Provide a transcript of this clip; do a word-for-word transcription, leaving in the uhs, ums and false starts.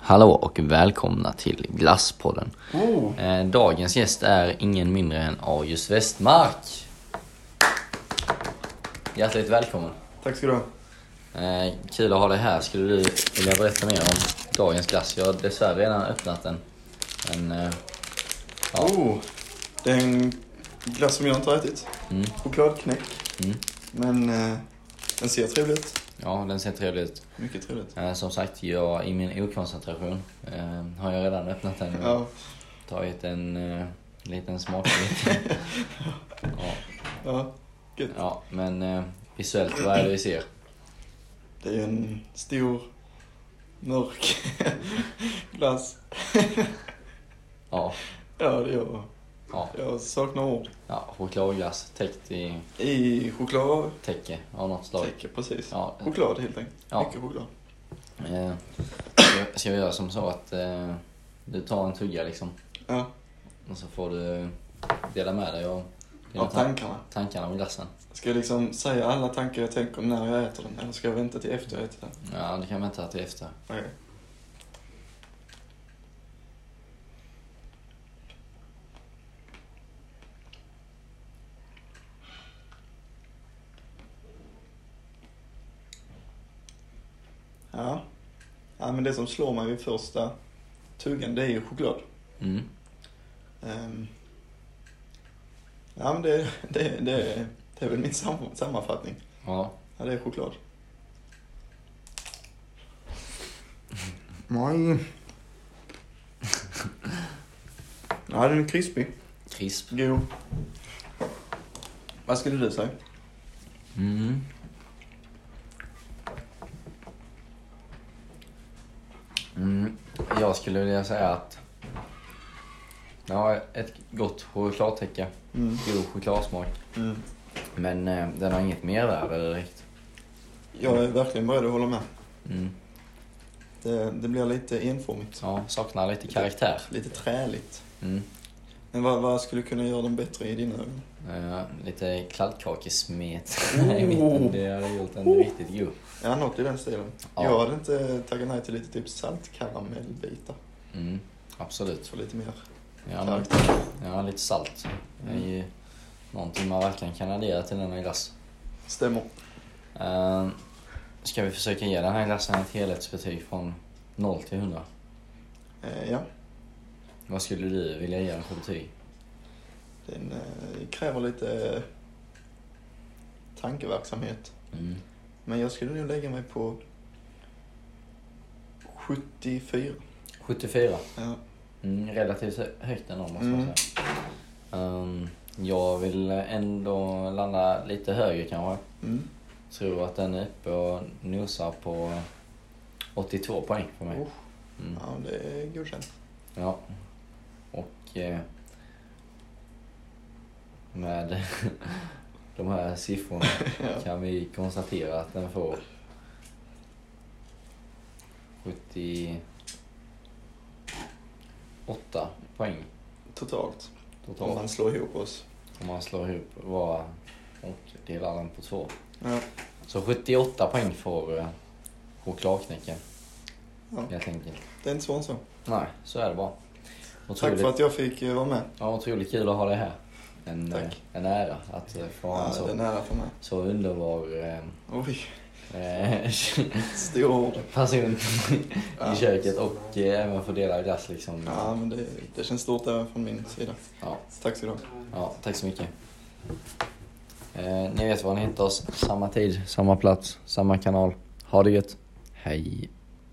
Hallå och välkomna till Glasspodden. Oh. Eh, dagens gäst är ingen mindre än Arius Westmark. Hjärtligt välkommen. Tack ska du ha. Eh, kul att ha dig här. Skulle du vilja berätta mer om dagens glass? Jag har dessvärre redan öppnat den. Men, eh, ja. Oh. Det är en glass som jag inte har ätit. Mm. Chokladknäck. Mm. Men eh, den ser trevlig ut. Ja, den ser trevlig ut. Mycket trevligt. Eh, som sagt, jag, i min okoncentration eh, har jag redan öppnat den. Ja. Tagit en eh, liten smakbit. ja. Ja, gött. ja, men eh, visuellt, vad är det vi ser? Det är en stor, mörk glass. Ja, Ja, det gör ja, jag. saknar ord. ja, chokladglass täckt i I choklad. täcke av något slag. Täcke, precis. Ja, Choklad helt enkelt. Ja. Mycket choklad. eh, ska, ska vi göra som så att eh, du tar en tugga liksom Ja, och så får du dela med dig av dina av tankarna. tankarna om glassen. Ska jag liksom säga alla tankar jag tänker när jag äter den? Eller ska jag vänta till efter jag äter den? Ja, du kan vänta till efter. Okej. Ja. Ja, men det som slår mig vid första tuggan, det är ju choklad. Mm. Um, ja, men det, det, det, det är väl min sam, sammanfattning. Ja. Ja, det är choklad. Nej. Ja, den är krispig. Krisp. God. Vad skulle du säga? Mm. Mm. Jag skulle vilja säga att ja, ett gott chokladtäcke. Mm. God chokladsmak. Mm. Men eh, den har inget mervärde direkt. Jag är verkligen beredd att hålla med. Mm. Det, det blir lite enformigt. Ja, saknar lite karaktär. Lite träligt. Mm. Men vad, vad skulle kunna göra den bättre i dina ögon? Uh, lite kladdkakesmet. Oh. Nej, mitten, det hade gjort en riktigt god. Ja, något i den stilen. Ja. Jag hade inte tagit nej till lite typ saltkaramellbitar. Mm, absolut. Så lite mer Ja, men, karaktär. ja, lite salt. Det är ju någonting man verkligen kan addera till denna glass. Stämmer. Uh, ska vi försöka ge den här glassen ett helhetsbetyg från noll till hundra? Eh, ja, Vad skulle du vilja ge den för betyg? den eh, kräver lite eh, tankeverksamhet. Mm. Men jag skulle nog lägga mig på sjuttiofyra. sjuttiofyra. Ja. Mm, relativt högt ändå måste Mm. man säga. Um, jag vill ändå landa lite högre kanske. Mm. Tror att den är uppe och nosar på åttiotvå poäng för mig. Oh. Mm. Ja, det är godkänt. Ja. Och eh, med de här siffrorna Ja. kan vi konstatera att den får sjuttioåtta poäng Totalt. Om totalt. man slår ihop oss. Om man slår ihop var och delar den på två. Ja. Så sjuttioåtta poäng får eh, chokladknäcken. Ja. Helt enkelt. Det är inte svårt så. Nej, så är det bara. Tack Otroligt, för att jag fick eh, vara med. ja, otroligt kul att ha dig här. En, Tack. eh, en ära att eh, få ha en Ja, så, det är nära för mig. så underbar eh, Oj, eh, stor ord. person Ja. i köket och eh, även få dela glass liksom. Ja, men det, det känns stort även från min sida. Ja, Tack så du ha. ja, tack så mycket. Eh, ni vet var ni hittar oss. Samma tid, samma plats, samma kanal. Ha det gött. Hej.